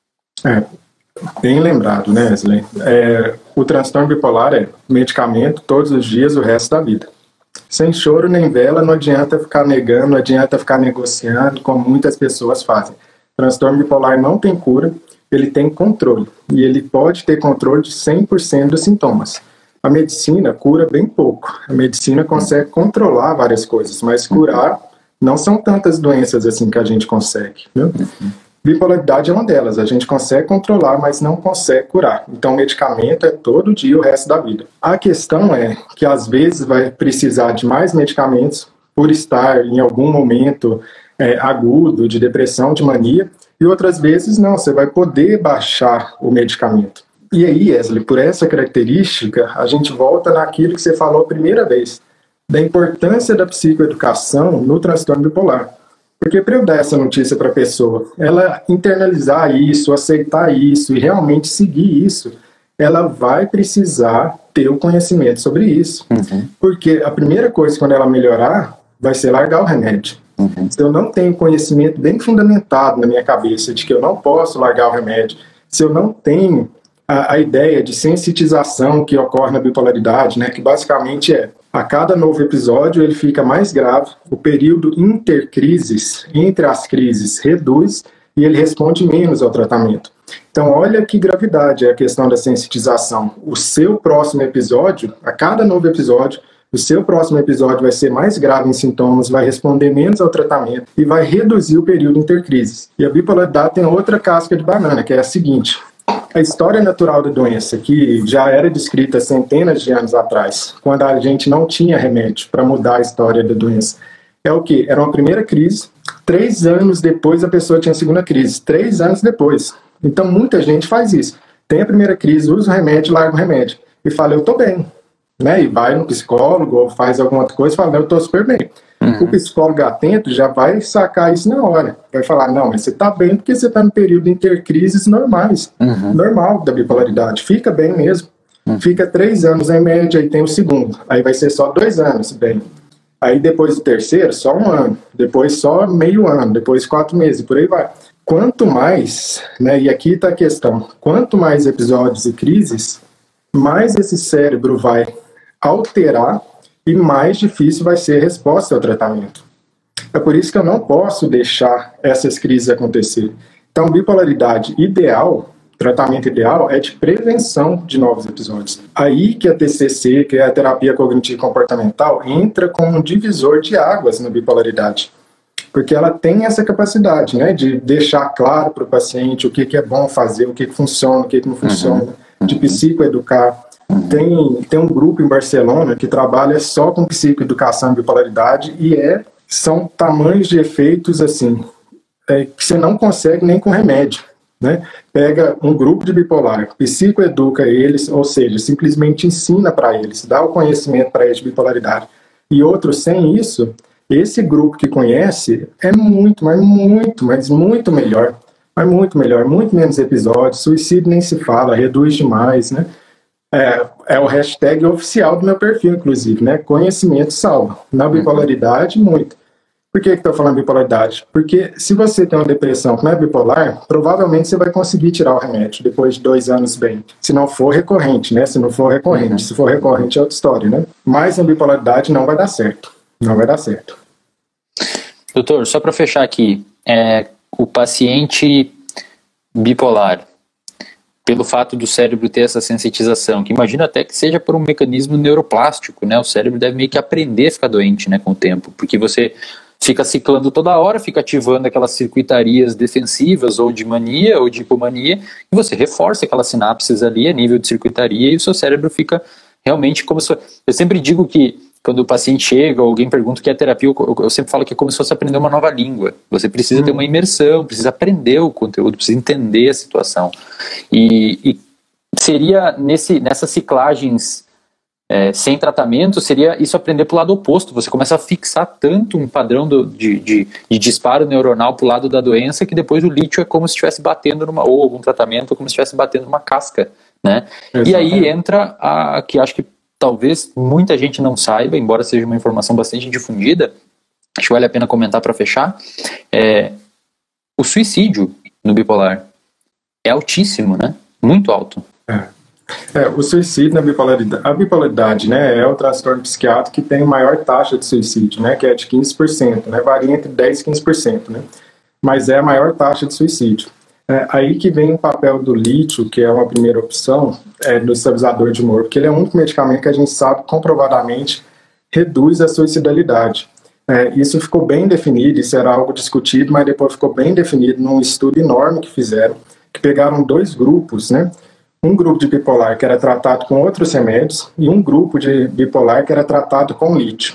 É, bem lembrado, né, Wesley? É, o transtorno bipolar é medicamento todos os dias, o resto da vida. Sem choro nem vela, não adianta ficar negando, não adianta ficar negociando, como muitas pessoas fazem. O transtorno bipolar não tem cura, ele tem controle, e ele pode ter controle de cem por cento dos sintomas. A medicina cura bem pouco. A medicina consegue controlar várias coisas, mas curar não são tantas doenças assim que a gente consegue. Né? Bipolaridade é uma delas. A gente consegue controlar, mas não consegue curar. Então, o medicamento é todo dia o resto da vida. A questão é que, às vezes, vai precisar de mais medicamentos por estar em algum momento é, agudo de depressão, de mania, e outras vezes não. Você vai poder baixar o medicamento. E aí, Wesley, por essa característica, a gente volta naquilo que você falou a primeira vez, da importância da psicoeducação no transtorno bipolar. Porque para eu dar essa notícia para a pessoa, ela internalizar isso, aceitar isso e realmente seguir isso, ela vai precisar ter o conhecimento sobre isso. Uhum. Porque a primeira coisa, quando ela melhorar, vai ser largar o remédio. Uhum. Se eu não tenho conhecimento bem fundamentado na minha cabeça de que eu não posso largar o remédio, se eu não tenho a, a ideia de sensitização que ocorre na bipolaridade, né, que basicamente é, a cada novo episódio ele fica mais grave, o período intercrises, entre as crises, reduz e ele responde menos ao tratamento. Então, olha que gravidade é a questão da sensitização. O seu próximo episódio, a cada novo episódio, o seu próximo episódio vai ser mais grave em sintomas, vai responder menos ao tratamento e vai reduzir o período intercrises. E a bipolaridade tem outra casca de banana, que é a seguinte: a história natural da doença, que já era descrita centenas de anos atrás, quando a gente não tinha remédio para mudar a história da doença, é o quê? Era uma primeira crise, três anos depois a pessoa tinha a segunda crise, três anos depois. Então muita gente faz isso. Tem a primeira crise, usa o remédio, larga o remédio e fala, eu tô bem. Né? E vai no psicólogo ou faz alguma outra coisa e fala, eu tô super bem. Uhum. O psicólogo atento já vai sacar isso na hora. Vai falar, não, mas você tá bem porque você tá no período de intercrises normais. Uhum. Normal da bipolaridade. Fica bem mesmo. Uhum. Fica três anos em média e tem o segundo. Aí vai ser só dois anos bem. Aí depois do terceiro, só um ano. Depois só meio ano. Depois quatro meses e por aí vai. Quanto mais, né, e aqui tá a questão, quanto mais episódios e crises, mais esse cérebro vai alterar e mais difícil vai ser a resposta ao tratamento. É por isso que eu não posso deixar essas crises acontecer. Então, bipolaridade ideal, tratamento ideal, é de prevenção de novos episódios. Aí que a T C C, que é a terapia cognitivo-comportamental, entra como um divisor de águas na bipolaridade. Porque ela tem essa capacidade, né, de deixar claro para o paciente o que, que é bom fazer, o que, que funciona, o que, que não funciona, uhum. de psicoeducar. Tem, tem um grupo em Barcelona que trabalha só com psicoeducação e bipolaridade e é, são tamanhos de efeitos assim, é, que você não consegue nem com remédio. Né? Pega um grupo de bipolar, psicoeduca eles, ou seja, simplesmente ensina para eles, dá o conhecimento para eles de bipolaridade. E outros sem isso, esse grupo que conhece é muito, mas muito, mas muito melhor. Mas muito melhor, muito menos episódios, suicídio nem se fala, reduz demais, né? É, é o hashtag oficial do meu perfil, inclusive, né? Conhecimento salva. Na bipolaridade, muito. Por que que eu tô falando bipolaridade? Porque se você tem uma depressão que não é bipolar, provavelmente você vai conseguir tirar o remédio depois de dois anos bem. Se não for recorrente, né? Se não for recorrente. Uhum. Se for recorrente é outra história, né? Mas na bipolaridade não vai dar certo. Não vai dar certo. Doutor, só para fechar aqui, é, o paciente bipolar, pelo fato do cérebro ter essa sensitização, que imagina até que seja por um mecanismo neuroplástico, né? O cérebro deve meio que aprender a ficar doente, né, com o tempo, porque você fica ciclando toda hora, fica ativando aquelas circuitarias defensivas, ou de mania, ou de hipomania, e você reforça aquelas sinapses ali a nível de circuitaria, e o seu cérebro fica realmente como se... Eu sempre digo que quando o paciente chega, ou alguém pergunta o que é terapia, eu, eu sempre falo que é como se fosse aprender uma nova língua. Você precisa hum. ter uma imersão, precisa aprender o conteúdo, precisa entender a situação. E, e seria, nesse, nessas ciclagens é, sem tratamento, seria isso aprender para o lado oposto. Você começa a fixar tanto um padrão do, de, de, de disparo neuronal para o lado da doença, que depois o lítio é como se estivesse batendo numa, ou algum tratamento, como se estivesse batendo numa casca, né? E aí entra a que acho que talvez muita gente não saiba, embora seja uma informação bastante difundida, acho que vale a pena comentar para fechar, é, o suicídio no bipolar é altíssimo, né? Muito alto. É. É, o suicídio na bipolaridade, a bipolaridade, né, é o transtorno psiquiátrico que tem a maior taxa de suicídio, né, que é de quinze por cento, né, varia entre dez e quinze por cento, né, mas é a maior taxa de suicídio. É, aí que vem o papel do lítio, que é uma primeira opção, é, do estabilizador de humor, porque ele é o único medicamento que a gente sabe comprovadamente reduz a suicidalidade. É, isso ficou bem definido, isso era algo discutido, mas depois ficou bem definido num estudo enorme que fizeram, que pegaram dois grupos, né, um grupo de bipolar que era tratado com outros remédios e um grupo de bipolar que era tratado com lítio.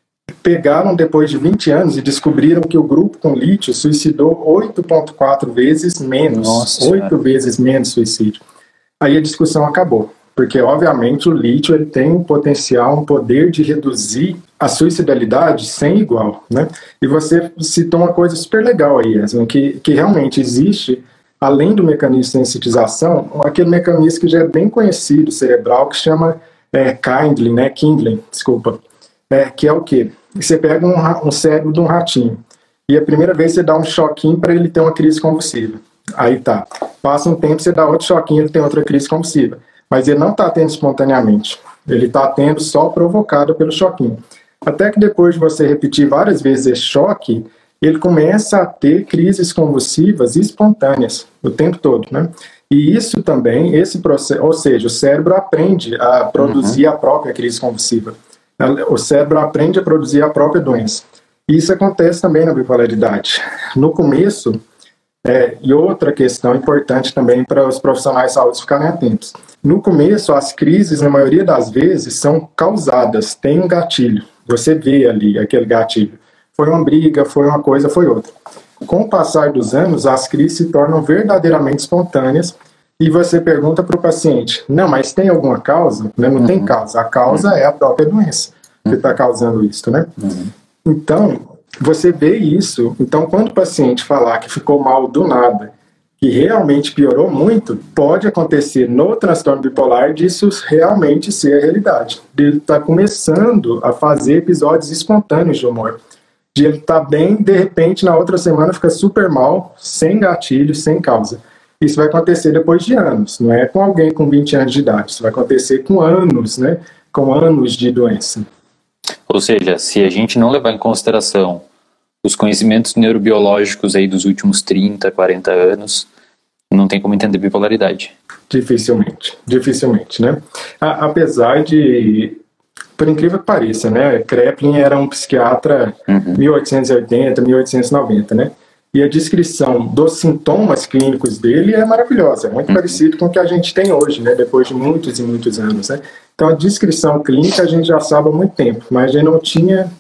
Pegaram depois de vinte anos e descobriram que o grupo com lítio suicidou oito vírgula quatro vezes menos, oito vezes menos suicídio. Aí a discussão acabou, porque obviamente o lítio ele tem um potencial, um poder de reduzir a suicidalidade sem igual, né? E você citou uma coisa super legal aí, Yasmin, que, que realmente existe, além do mecanismo de sensitização, aquele mecanismo que já é bem conhecido, cerebral, que chama é, Kindling, né? Kindling, desculpa, é, que é o quê? Você pega um, um cérebro de um ratinho e a primeira vez você dá um choquinho para ele ter uma crise convulsiva. Aí tá. Passa um tempo, você dá outro choquinho, ele tem outra crise convulsiva. Mas ele não está tendo espontaneamente. Ele está tendo só provocado pelo choquinho. Até que depois de você repetir várias vezes esse choque, ele começa a ter crises convulsivas espontâneas o tempo todo, né? E isso também, esse processo, ou seja, o cérebro aprende a produzir uhum. a própria crise convulsiva. O cérebro aprende a produzir a própria doença. Isso acontece também na bipolaridade. No começo, é, e outra questão importante também para os profissionais de saúde ficarem atentos. No começo, as crises, na maioria das vezes, são causadas, tem um gatilho. Você vê ali aquele gatilho. Foi uma briga, foi uma coisa, foi outra. Com o passar dos anos, as crises se tornam verdadeiramente espontâneas e você pergunta para o paciente, não, mas tem alguma causa? Não, não uhum. tem causa. A causa uhum. é a própria doença que está causando isso, né? Uhum. Então, você vê isso. Então, quando o paciente falar que ficou mal do nada, que realmente piorou muito, pode acontecer no transtorno bipolar disso realmente ser a realidade. De ele estar tá começando a fazer episódios espontâneos de humor. De ele estar tá bem, de repente, na outra semana fica super mal, sem gatilho, sem causa. Isso vai acontecer depois de anos, não é com alguém com vinte anos de idade. Isso vai acontecer com anos, né? Com anos de doença. Ou seja, se a gente não levar em consideração os conhecimentos neurobiológicos aí dos últimos trinta, quarenta anos, não tem como entender bipolaridade. Dificilmente, dificilmente, né? A, apesar de, por incrível que pareça, né? Kraepelin era um psiquiatra uhum. mil oitocentos e oitenta, mil oitocentos e noventa, né? E a descrição dos sintomas clínicos dele é maravilhosa, é muito uhum. parecido com o que a gente tem hoje, né? Depois de muitos e muitos anos, né? Então a descrição clínica a gente já sabe há muito tempo, mas a gente não tinha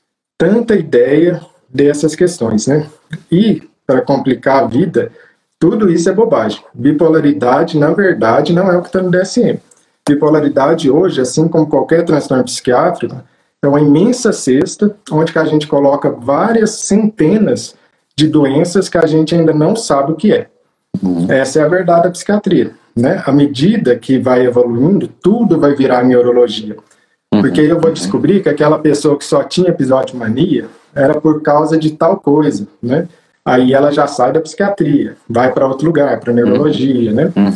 tanta ideia dessas questões, né? E, para complicar a vida, tudo isso é bobagem. Bipolaridade, na verdade, não é o que está no D S M. Bipolaridade hoje, assim como qualquer transtorno psiquiátrico, é uma imensa cesta onde que a gente coloca várias centenas de doenças que a gente ainda não sabe o que é. Uhum. Essa é a verdade da psiquiatria, né? À medida que vai evoluindo, tudo vai virar neurologia. Uhum. Porque eu vou descobrir que aquela pessoa que só tinha episódio de mania era por causa de tal coisa, né? Aí ela já sai da psiquiatria, vai para outro lugar, para neurologia, uhum. né? Uhum.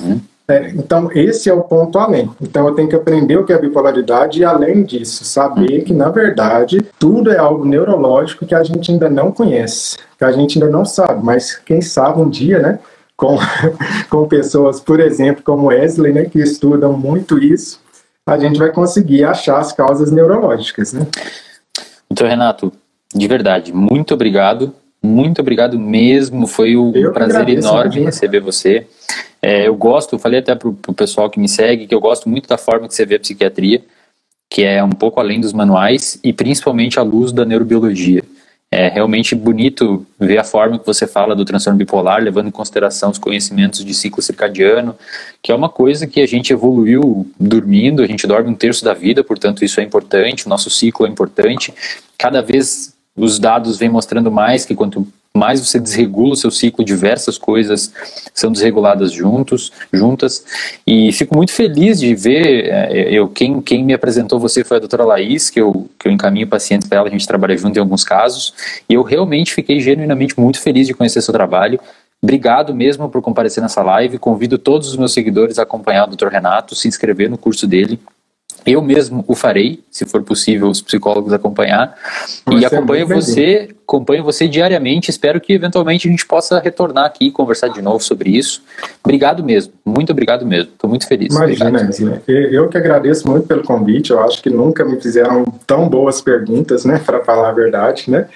É, então, esse é o ponto além. Então, eu tenho que aprender o que é bipolaridade e, além disso, saber que, na verdade, tudo é algo neurológico que a gente ainda não conhece, que a gente ainda não sabe, mas quem sabe um dia, né, com, com pessoas, por exemplo, como Wesley, né, que estudam muito isso, a gente vai conseguir achar as causas neurológicas, né? Então, Renato, de verdade, muito obrigado. Muito obrigado mesmo, foi um eu prazer agradeço, enorme imagina. receber você. É, eu gosto, eu falei até pro, pro pessoal que me segue, que eu gosto muito da forma que você vê a psiquiatria, que é um pouco além dos manuais e principalmente à luz da neurobiologia. É realmente bonito ver a forma que você fala do transtorno bipolar, levando em consideração os conhecimentos de ciclo circadiano, que é uma coisa que a gente evoluiu dormindo, a gente dorme um terço da vida, portanto isso é importante, o nosso ciclo é importante. Cada vez os dados vêm mostrando mais que quanto mais você desregula o seu ciclo, diversas coisas são desreguladas juntos, juntas. E fico muito feliz de ver, eu, quem, quem me apresentou você foi a doutora Laís, que eu, que eu encaminho pacientes para ela, a gente trabalha junto em alguns casos. E eu realmente fiquei genuinamente muito feliz de conhecer seu trabalho. Obrigado mesmo por comparecer nessa live. Convido todos os meus seguidores a acompanhar o doutor Renato, se inscrever no curso dele. Eu mesmo o farei, se for possível os psicólogos acompanhar. Você e acompanho você, acompanho você diariamente. Espero que eventualmente a gente possa retornar aqui e conversar de novo sobre isso. Obrigado mesmo, muito obrigado mesmo. Estou muito feliz. Imagina, Wesley. Eu que agradeço muito pelo convite. Eu acho que nunca me fizeram tão boas perguntas, né, para falar a verdade, né?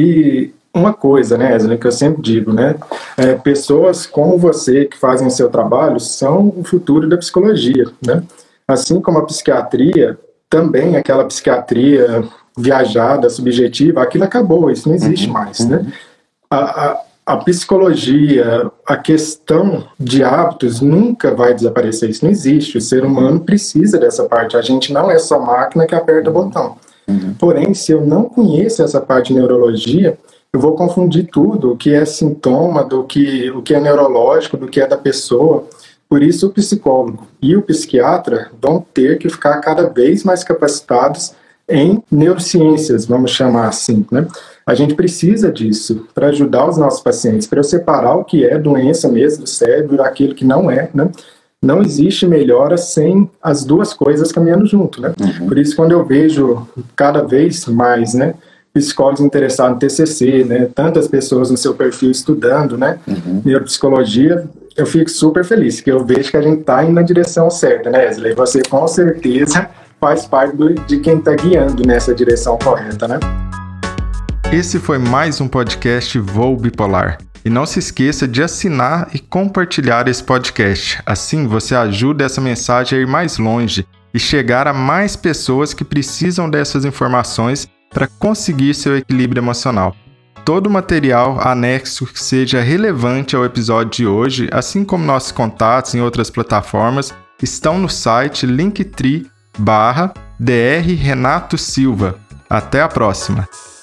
E uma coisa, né, Wesley, que eu sempre digo, né, é, pessoas como você que fazem o seu trabalho são o futuro da psicologia, né? Assim como a psiquiatria, também aquela psiquiatria viajada, subjetiva, aquilo acabou, isso não existe uhum, mais, uhum. né? A, a, a psicologia, a questão de hábitos nunca vai desaparecer, isso não existe, o ser humano precisa dessa parte, a gente não é só máquina que aperta o botão. Uhum. Porém, se eu não conheço essa parte de neurologia, eu vou confundir tudo, o que é sintoma, do que, o que é neurológico, do que é da pessoa. Por isso, o psicólogo e o psiquiatra vão ter que ficar cada vez mais capacitados em neurociências, vamos chamar assim, né? A gente precisa disso para ajudar os nossos pacientes, para eu separar o que é doença mesmo do cérebro daquilo que não é, né? Não existe melhora sem as duas coisas caminhando junto, né? Uhum. Por isso, quando eu vejo cada vez mais, né, psicólogos interessados em T C C, né, tantas pessoas no seu perfil estudando, né, uhum. neuropsicologia, eu fico super feliz, que eu vejo que a gente está indo na direção certa, né, Wesley? Você com certeza faz parte do, de quem está guiando nessa direção correta, né? Esse foi mais um podcast Voo Bipolar. E não se esqueça de assinar e compartilhar esse podcast. Assim você ajuda essa mensagem a ir mais longe e chegar a mais pessoas que precisam dessas informações para conseguir seu equilíbrio emocional. Todo material anexo que seja relevante ao episódio de hoje, assim como nossos contatos em outras plataformas, estão no site linktree barra dr Renato Silva. Até a próxima!